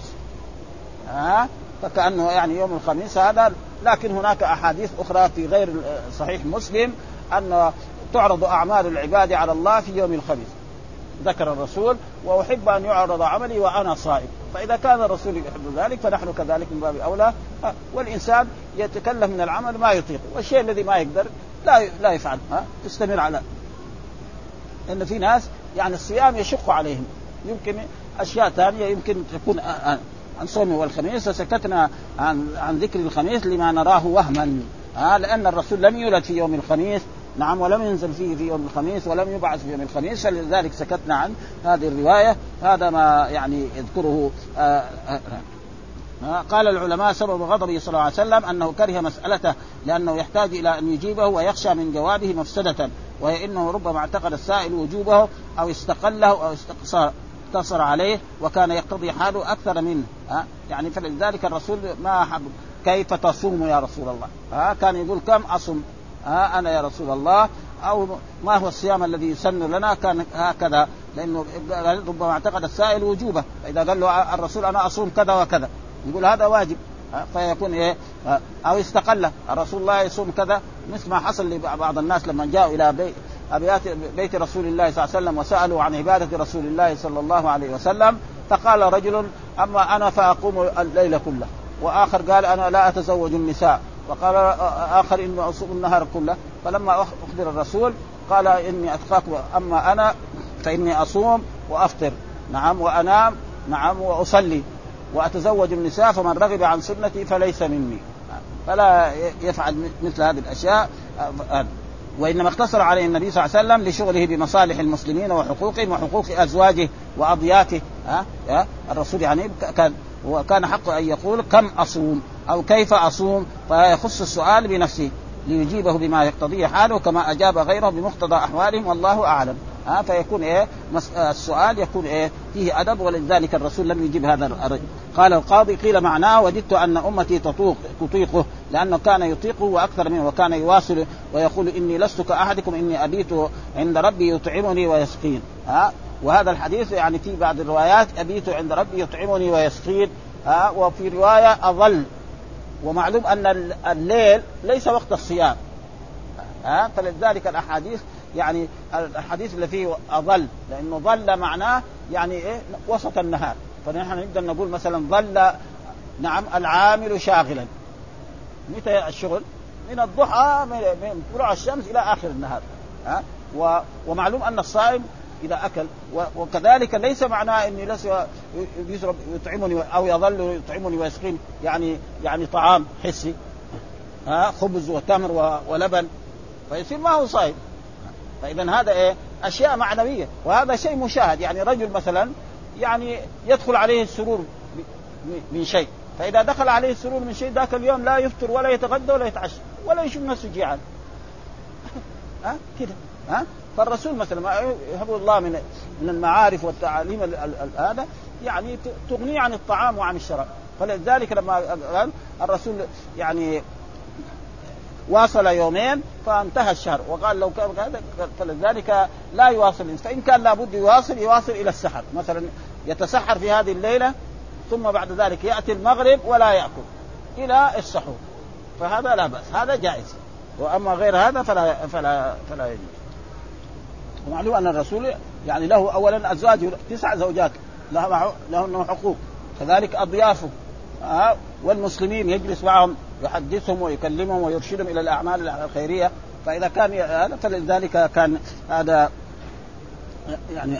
S2: فكأنه يعني يوم الخميس هذا. لكن هناك أحاديث أخرى في غير صحيح مسلم أن تعرض أعمال العباد على الله في يوم الخميس. ذكر الرسول وأحب أن يعرض عملي وأنا صائم. فإذا كان الرسول يحب ذلك فنحن كذلك من باب أولى. والإنسان يتكلف من العمل ما يطيق، والشيء الذي ما يقدر لا يفعل تستمر على. إن في ناس يعني الصيام يشق عليهم، يمكن أشياء ثانية يمكن تكون عن صوم والخميس فسكتنا عن ذكر الخميس لما نراه وهما لأن الرسول لم يولد في يوم الخميس نعم ولم ينزل فيه في يوم الخميس ولم يبعث في يوم الخميس، فلذلك سكتنا عن هذه الرواية. هذا ما يعني يذكره. قال العلماء سبب غضبه صلى الله عليه وسلم أنه كره مسألته لأنه يحتاج إلى أن يجيبه ويخشى من جوابه مفسدة، وهي إنه ربما اعتقد السائل وجوبه أو استقله أو اقتصر عليه وكان يقتضي حاله أكثر منه يعني. فلذلك الرسول ما أحب كيف تصوم يا رسول الله كان يقول كم أصوم أنا يا رسول الله، أو ما هو الصيام الذي يسن لنا كان هكذا، لأنه ربما اعتقد السائل وجوبه. إذا قال له الرسول أنا أصوم كذا وكذا يقول هذا واجب فيكون أو استقل الرسول الله يصوم كذا، مثل ما حصل لبعض الناس لما جاءوا إلى بيت رسول الله صلى الله عليه وسلم وسألوا عن عبادة رسول الله صلى الله عليه وسلم، فقال رجل أما أنا فأقوم الليل كله، وآخر قال أنا لا أتزوج النساء، وقال آخر إني أصوم النهار كله. فلما أخبر الرسول قال إني أتقاكم، أما أنا فإني أصوم وأفطر نعم وأنام نعم وأصلي وأتزوج النساء، فمن رغب عن سنتي فليس مني. فلا يفعل مثل هذه الأشياء. وإنما اقتصر عليه النبي صلى الله عليه وسلم لشغله بمصالح المسلمين وحقوقهم وحقوق أزواجه وأضياته. الرسول يعني كان حق أن يقول كم أصوم أو كيف أصوم، فيخص السؤال بنفسه ليجيبه بما يقتضيه حاله كما أجاب غيره بمقتضى أحوالهم والله أعلم. فيكون السؤال يكون فيه أدب، ولذلك الرسول لم يجيب هذا الرجل. قال القاضي قيل معناه وددت أن أمتي تطيقه، لأنه كان يطيقه وأكثر منه، وكان يواصل ويقول إني لست كأحدكم إني أبيت عند ربي يطعمني ويسقين. وهذا الحديث يعني في بعض الروايات أبيت عند ربي يطعمني ويسقين، وفي رواية أظل. ومعلوم أن الليل ليس وقت الصيام، فلذلك الأحاديث يعني الحديث اللي فيه أظل، لأنه ظل معناه يعني وسط النهار، فنحن نقدر نقول مثلا ظل نعم العامل شاغلا. متى الشغل؟ من الضحى، من طلوع الشمس إلى آخر النهار. ومعلوم أن الصائم إذا أكل، وكذلك ليس معناه إني يشرب يطعمني أو يظل يطعمني ويسقين يعني طعام حسي، خبز وتمر ولبن، فيصير ما هو صائم. فإذا هذا أشياء معنوية، وهذا شيء مشاهد. يعني رجل مثلا يعني يدخل عليه السرور من شيء، فإذا دخل عليه السرور من شيء ذاك اليوم لا يفطر ولا يتغدى ولا يتعشى ولا يشوف نفسه جيعان كده. فالرسول مثلا ما يهب الله من المعارف والتعاليم هذا يعني تغني عن الطعام وعن الشراب. فلذلك لما قال الرسول يعني واصل يومين فانتهى الشهر، وقال لو كان هذا فلذلك لا يواصل. فإن كان لابد يواصل إلى السحر، مثلا يتسحر في هذه الليلة ثم بعد ذلك يأتي المغرب ولا يأكل إلى السحور، فهذا لا بأس، هذا جائز. وأما غير هذا فلا يجوز. ومعلوم أن الرسول يعني له أولا أزواجه 9 زوجات لهن حقوق، كذلك أضيافه والمسلمين يجلس معهم يحدثهم ويكلمهم ويرشدهم إلى الأعمال الخيرية. فإذا كان هذا فلذلك كان هذا يعني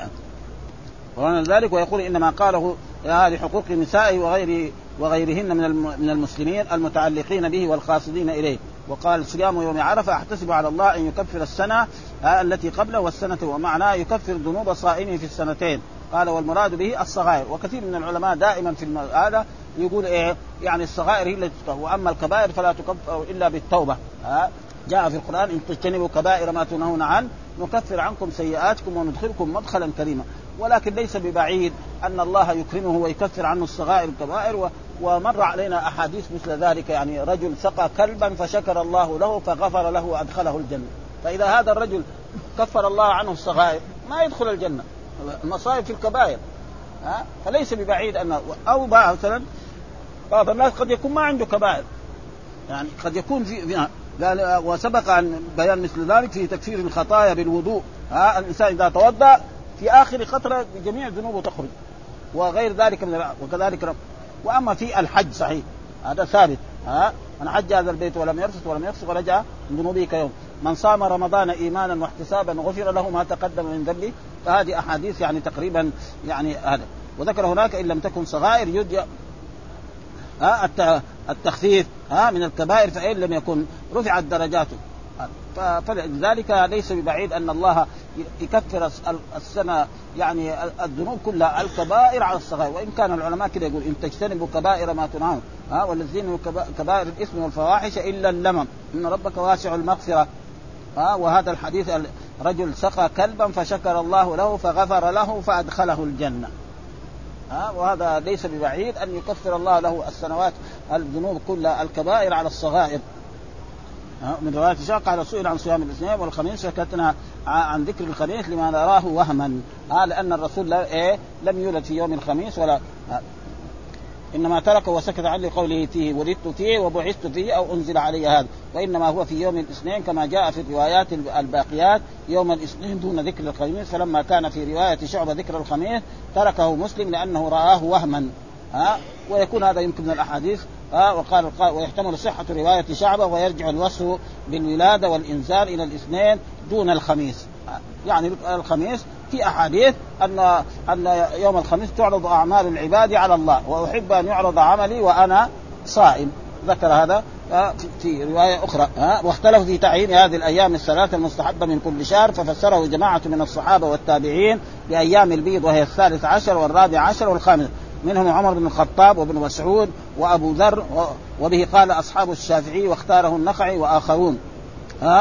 S2: ذلك. ويقول إنما قاله لحقوق النساء وغيرهن من المسلمين المتعلقين به والقاصدين إليه. وقال صيام يوم عرفة أحتسب على الله أن يكفر السنة التي قبله والسنة، ومعناه يكفر ذنوب صائمه في السنتين. قال والمراد به الصغائر. وكثير من العلماء دائما في هذا يقول يعني الصغائر هي التي تكفر، وأما الكبائر فلا تكفر إلا بالتوبة. جاء في القرآن إن تجتنبوا كبائر ما تنهون عنه نكفر عنكم سيئاتكم وندخلكم مدخلا كريما. ولكن ليس ببعيد أن الله يكرمه ويكفر عنه الصغائر الكبائر. ومر علينا أحاديث مثل ذلك، يعني رجل سقى كلبا فشكر الله له فغفر له وأدخله الجنة. فإذا هذا الرجل كفر الله عنه الصغائر ما يدخل الجنة، المصائب في الكبائر. فليس ببعيد أن أو مثلا بعض الناس قد يكون ما عنده كبائر، يعني قد يكون في وسبق عن بيان مثل ذلك في تكفير الخطايا بالوضوء. الإنسان إذا توضأ في آخر قطرة بجميع ذنوبه تخرج، وغير ذلك وكذلك. وأما في الحج صحيح هذا ثابت، من حج هذا البيت ولم يرفث ولم يفسق ورجع من ذنوبه كيوم، من صام رمضان إيمانا واحتسابا غفر له ما تقدم من ذنبه. فهذه أحاديث يعني تقريبا يعني هذا. وذكر هناك إن لم تكن صغائر يرجى التخفيف من الكبائر، فإن لم يكن رفعت درجاته. فلذلك ليس ببعيد أن الله يكفر السنة يعني الذنوب كلها الكبائر على الصغائر. وإن كان العلماء كده يقول إن تجتنبوا كبائر ما تنهون والذين كبائر الإثم والفواحش إلا اللمم إن ربك واسع المغفرة. وهذا الحديث رجل سقى كلبا فشكر الله له فغفر له فأدخله الجنة. وهذا ليس ببعيد أن يكفر الله له السنوات الذنوب كلها الكبائر على الصغائر. من رواية شاق قال سئل عن صيام الاثنين والخميس فكتنا عن ذكر الخميس لما نراه وهما، لأن الرسول لم يولد في يوم الخميس ولا إنما ترك وسكت عن قوله فيه ولدت فيه وبعثت فيه أو أنزل علي هذا، وإنما هو في يوم الاثنين كما جاء في الروايات الباقيات يوم الاثنين دون ذكر الخميس. فلما كان في رواية شعبة ذكر الخميس تركه مسلم لأنه رآه وهما. ويكون هذا يمكن من الأحاديث. وقال ويحتمل صحة رواية شعبة ويرجع الوصف بالولادة والإنزال إلى الاثنين دون الخميس. يعني الخميس في أحاديث أن يوم الخميس تعرض أعمال العباد على الله وأحب أن يعرض عملي وأنا صائم، ذكر هذا في رواية أخرى. واختلفوا في تعيين هذه الأيام الثلاثة المستحبة من كل شهر، ففسره جماعة من الصحابة والتابعين بأيام البيض وهي 13 والرابع والخامس، منهم عمر بن الخطاب وابن مسعود وأبو ذر، وبه قال أصحاب الشافعي واختاره النخعي وآخرون.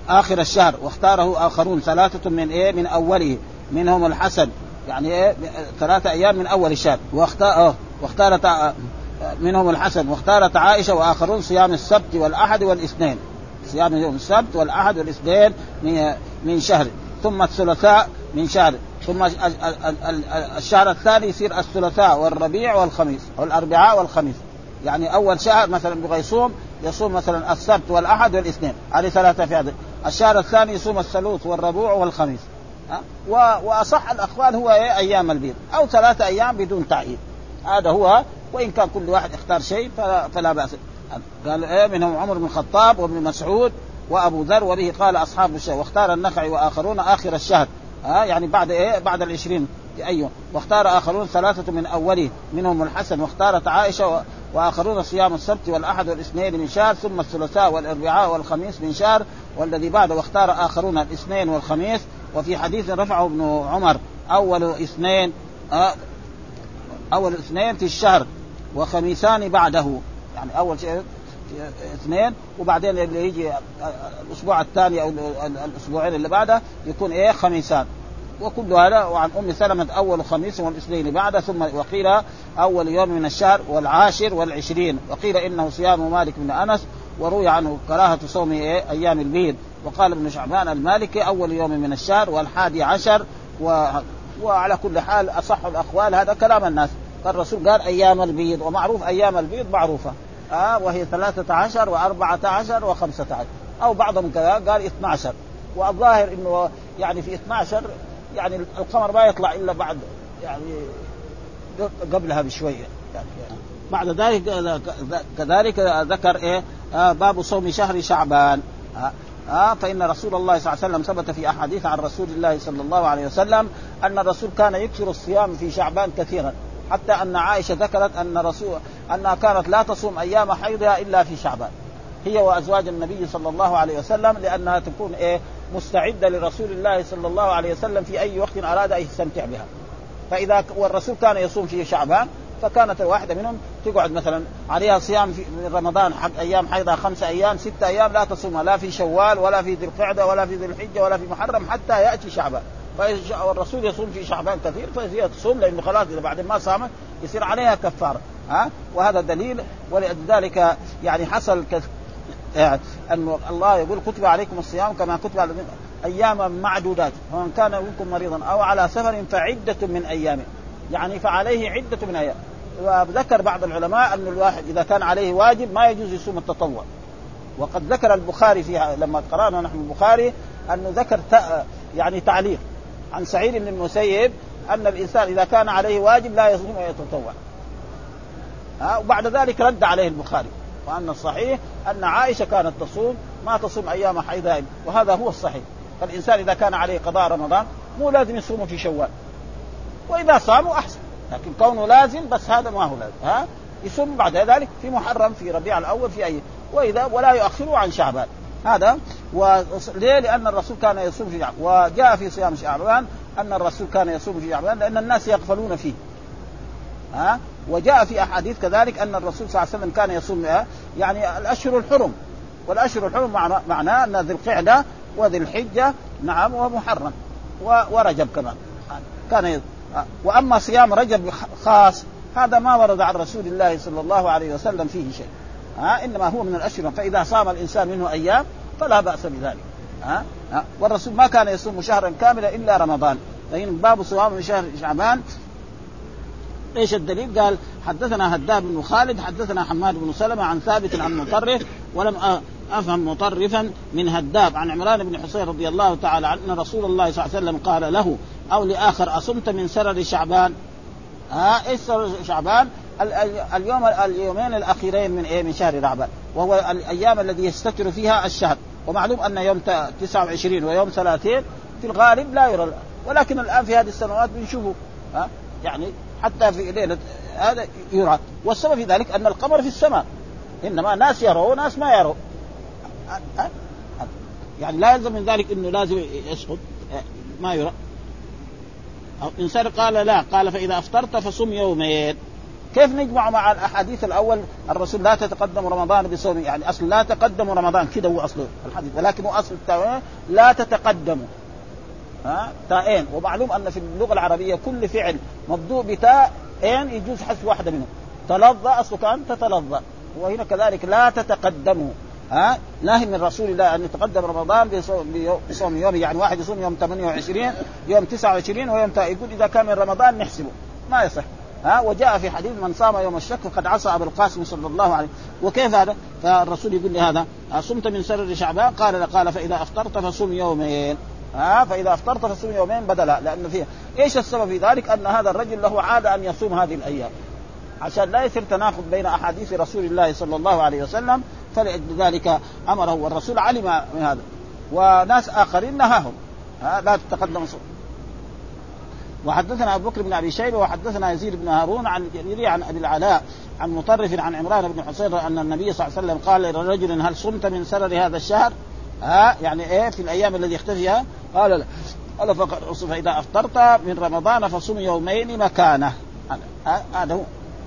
S2: آخر الشهر، واختاره آخرون 3 من أوله، منهم الحسن يعني 3 أيام من أول الشهر، واختارت منهم الحسن، واختارت عائشة وآخرون صيام السبت والأحد والاثنين، صيام يوم السبت والأحد والاثنين من شهر، ثم الثلاثاء من شهر، ثم الشهر الثاني يصير الثلاثاء والربيع والخميس والأربعاء والخميس. يعني أول شهر مثلا بغى يصوم مثلا السبت والأحد والاثنين، هذه 3 في هذا. الشهر الثاني يصوم الثلاث والربوع والخميس. وأصح الأقوال هو أيام البيض أو 3 أيام بدون تعيين، هذا هو. وإن كان كل واحد اختار شيء فلا بأس. قال منهم عمر بن الخطاب وابن مسعود وأبو ذر، وبه قال أصحاب الشهر. واختار النخعي وآخرون آخر الشهر، يعني بعد 20 أيوم. واختار آخرون 3 من أوله، منهم الحسن. واختارت عائشة وآخرون صيام السبت والأحد والاثنين من شهر، ثم الثلاثاء والأربعاء والخميس من شهر، والذي بعده. واختار آخرون الاثنين والخميس. وفي حديث رفعه ابن عمر أول اثنين في الشهر وخميسان بعده، يعني أول شيء 2 وبعدين اللي يجي الأسبوع الثاني أو الأسبوعين اللي بعده يكون خميسان. وكل هذا. وعن أم سلمة أول خميس والاثنين بعده. ثم وقيل أول يوم من الشهر والعاشر والعشرين. وقيل إنه صيام مالك بن أنس، وروي عنه كراهة صوم أيام البيض. وقال ابن شعبان المالكي أول يوم من الشهر والحادي عشر. وعلى كل حال أصح الأقوال هذا كلام الناس. فالرسول قال أيام البيض، ومعروف أيام البيض معروفة وهي 13 و14 و15، أو بعضهم كذا قال 12. والظاهر إنه يعني في 12 يعني القمر ما يطلع إلا بعد يعني قبلها بشوية يعني. بعد ذلك كذلك ذكر باب صوم شهر شعبان. فإن رسول الله صلى الله عليه وسلم ثبت في أحاديث عن رسول الله صلى الله عليه وسلم أن الرسول كان يكثر الصيام في شعبان كثيرا، حتى أن عائشة ذكرت أنها كانت لا تصوم أيام حيضها إلا في شعبان، هي وأزواج النبي صلى الله عليه وسلم، لأنها تكون مستعدة لرسول الله صلى الله عليه وسلم في أي وقت أراد أن يستمتع بها. والرسول كان يصوم في شعبان، فكانت واحدة منهم تقعد مثلا عليها صيام من رمضان حق أيام حيضها 5 أيام 6 أيام لا تصومها، لا في شوال ولا في ذي القعدة ولا في ذي الحجة ولا في محرم حتى يأتي شعبان. والرسول يصوم في شعبان كثير، فهي تصوم لأنه خلاص إذا بعد ما صامت يصير عليها كفارة. وهذا دليل. ولذلك يعني حصل أن الله يقول كتب عليكم الصيام كما كتب على أياما معدودات، ومن كان منكم مريضا أو على سفر فعدة من أيام، يعني فعليه عدة من أيام. وذكر بعض العلماء أن الواحد إذا كان عليه واجب ما يجوز يصوم التطوع. وقد ذكر البخاري فيها لما قرأنا نحن البخاري أنه ذكر يعني تعليق عن سعيد بن المسيب أن الإنسان إذا كان عليه واجب لا يصوم ويتطوع. وبعد ذلك رد عليه البخاري وأن الصحيح أن عائشة كانت تصوم ما تصوم أيام حيضها، وهذا هو الصحيح. فالإنسان إذا كان عليه قضاء رمضان مو لازم يصوم في شوال، وإذا صاموا أحسن، لكن كونه لازم بس هذا ما هو لازم. يصوم بعد ذلك في محرم في ربيع الأول في أي ولا يؤخره عن شعبان. هذا وليه؟ لأن الرسول كان يصوم في شعبان. وجاء في صيام شعبان أن الرسول كان يصوم في شعبان لأن الناس يغفلون فيه. وجاء في أحاديث كذلك أن الرسول صلى الله عليه وسلم كان يصوم يعني الأشهر الحرم، والأشهر الحرم معناه أن ذي القعدة وذي الحجة نعم ومحرم ورجب كمان كان وأما صيام رجب خاص هذا ما ورد عن رسول الله صلى الله عليه وسلم فيه شيء. إنما هو من الأشهر، فإذا صام الإنسان منه أيام فلا بأس بذلك. والرسول ما كان يصوم شهرا كاملا إلا رمضان. فإن باب صيام من شهر شعبان. ايش الدليل؟ قال حدثنا هداب بن خالد حدثنا حماد بن سلمة عن ثابت عن مطرف، ولم افهم مطرفا من هداب، عن عمران بن حصين رضي الله تعالى عنه ان رسول الله صلى الله عليه وسلم قال له او لاخر اصمت من سرر شعبان. ايش سرر شعبان؟ اليومين الاخيرين من شهر رمضان، وهو الايام الذي يستتر فيها الشهر. ومعلوم ان يوم 29 ويوم 30 في الغالب لا يرى، ولكن الان في هذه السنوات بنشوفه يعني حتى في ليلة هذا يرى. والسبب في ذلك أن القمر في السماء، إنما ناس يروا وناس ما يروا. يعني لا يلزم من ذلك إنه لازم يسقط ما يرى. أو إنسان قال لا، قال فإذا أفطرت فصم يومين، كيف نجمع مع الأحاديث الأول؟ الرسول لا تتقدم رمضان بصوم، يعني أصل لا تقدم رمضان كده هو أصل الحديث، ولكن هو أصل لا تتقدم تاءين. ومعلوم أن في اللغة العربية كل فعل مبدوء بتاء يجوز حذف واحدة منهم. تلظى أصله كان تتلظى، وهنا كذلك لا تتقدموا. نهي من رسول الله أن يتقدم رمضان بصوم يوم، يعني واحد يصوم يوم 28 يوم 29 ويوم يقول إذا كان من رمضان نحسبه، ما يصح. وجاء في حديث من صام يوم الشك فقد عصى أبو القاسم صلى الله عليه. وكيف هذا؟ فالرسول يقول لي هذا صمت من سرر شعبان، قال فإذا أفطرت فصوم يومين. فإذا أفطرت فصوم يومين بدلا، لأن فيه إيش السبب في ذلك؟ أن هذا الرجل له عادة أن يصوم هذه الأيام، عشان لا يصير تناقض بين أحاديث رسول الله صلى الله عليه وسلم، فلذلك أمره. والرسول علم من هذا، وناس آخرين نهاهم لا تتقدم صوم. وحدثنا أبو بكر بن أبي شيبة وحدثنا يزيد بن هارون عن جرير عن أبي العلاء عن مطرف عن عمران بن حسين أن النبي صلى الله عليه وسلم قال لرجل هل صمت من سرر هذا الشهر؟ يعني في الأيام الذي يختفيها؟ قال لا. قال فقد عصف إذا أفطرت من رمضان فصوم يومين مكانه. هذا هو.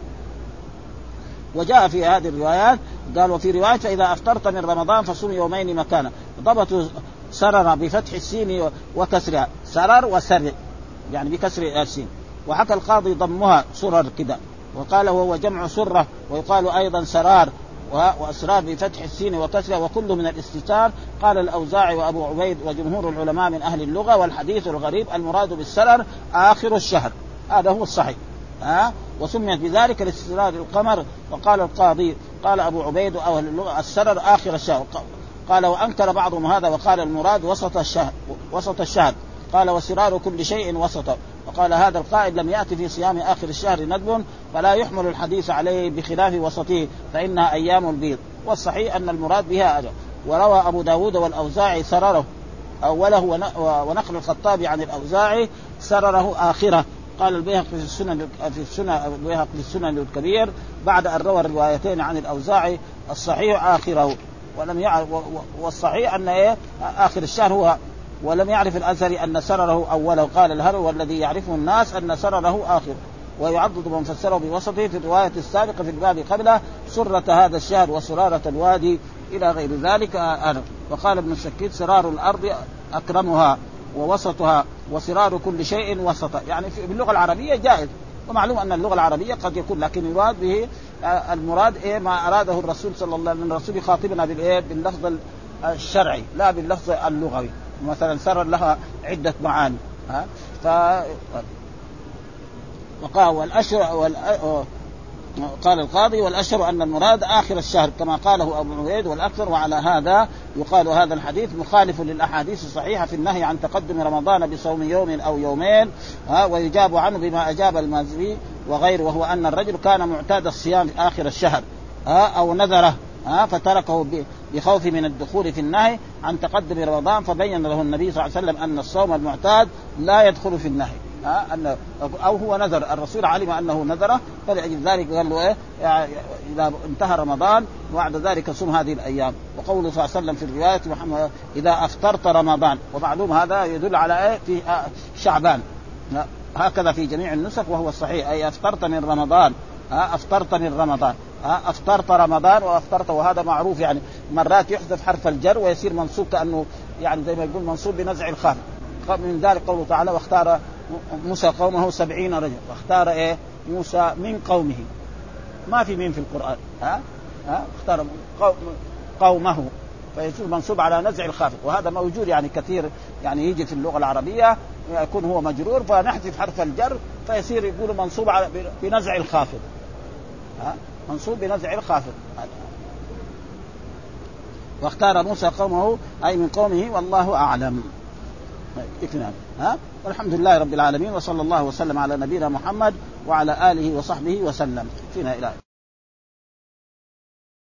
S2: وجاء في هذه الروايات قال وفي رواية فإذا أفطرت من رمضان فصوم يومين مكانه. ضبطوا سرر بفتح السين وكسرها، سرر وسر يعني بكسر السين. وحكى القاضي ضمها سرر كده، وقال وهو جمع سرة، ويقال أيضا سرار وأسرار بفتح السين وكسرها، وكله من الاستتار. قال الأوزاعي وأبو عبيد وجمهور العلماء من أهل اللغة والحديث الغريب المراد بالسرر آخر الشهر، هذا هو الصحيح. وسميت بذلك لاستسرار القمر. وقال القاضي قال أبو عبيد أو السرر آخر الشهر. قال وأنكر بعضهم هذا وقال المراد وسط الشهر. قال وسرار كل شيء وسط. وقال هذا القائد لم يأتي في صيام آخر الشهر ندب، فلا يحمل الحديث عليه بخلاف وسطه فإنها أيام البيض. والصحيح أن المراد بها أجل. وروى أبو داود والأوزاعي سرره أوله، ونقل الخطابي عن الأوزاعي سرره آخره. قال البيهقي في السنن الكبير بعد أن روى الروايتين عن الأوزاعي الصحيح آخره، ولم يعرف. والصحيح أن آخر الشهر هو، ولم يعرف الأزهري أن سرره أوله. قال الهروي والذي يعرفه الناس أن سرره آخر. ويعضد من فسره بوسطه في الرواية السابقة في الباب قبله سرة هذا الشهر وسرارة الوادي إلى غير ذلك. وقال ابن الشكيت سرار الأرض أكرمها ووسطها وسرار كل شيء وسط، يعني في اللغة العربية جائز. ومعلوم أن اللغة العربية قد يكون، لكن يراد به المراد ما أراده الرسول صلى الله عليه وسلم. الرسول يخاطبنا باللفظ الشرعي لا باللفظ اللغوي. مثلا سرر لها عدة معاني. وقال والأشهر قال القاضي والأشهر أن المراد آخر الشهر كما قاله أبو عبيد والأكثر. وعلى هذا يقال هذا الحديث مخالف للأحاديث الصحيحة في النهي عن تقدم رمضان بصوم يوم أو يومين. ويجاب عنه بما أجاب المازري وغيره، وهو أن الرجل كان معتاد الصيام في آخر الشهر أو نذره فتركه بخوف من الدخول في النهي عن تقدم رمضان، فبين له النبي صلى الله عليه وسلم أن الصوم المعتاد لا يدخل في النهي، أو هو نذر. الرسول علم أنه نذره، فلأجل ذلك قال له إذا انتهى رمضان وبعد ذلك صوم هذه الأيام. وقوله صلى الله عليه وسلم في الرواية محمد إذا أفطرت رمضان، ومعلوم هذا يدل على في شعبان، هكذا في جميع النسخ وهو الصحيح، أي أفطرت من رمضان. أفطرت من رمضان، أفطرت رمضان وأفطرت. وهذا معروف، يعني مرات يحذف حرف الجر ويصير منصوب كأنه يعني زي ما يقول منصوب بنزع الخافض. من ذلك قوله تعالى واختار موسى قومه 70 رجل. واختار موسى من قومه، ما في مين في القرآن. اختار قومه فيصير منصوب على نزع الخافض، وهذا موجود يعني كثير، يعني يجي في اللغة العربية يكون هو مجرور فنحذف حرف الجر فيصير يقول منصوب على بنزع الخافض. منصوب بنزع الخافض. واختار موسى قومه أي من قومه والله أعلم. والحمد لله رب العالمين، وصلى الله وسلم على نبينا محمد وعلى آله وصحبه وسلم. فينا إلى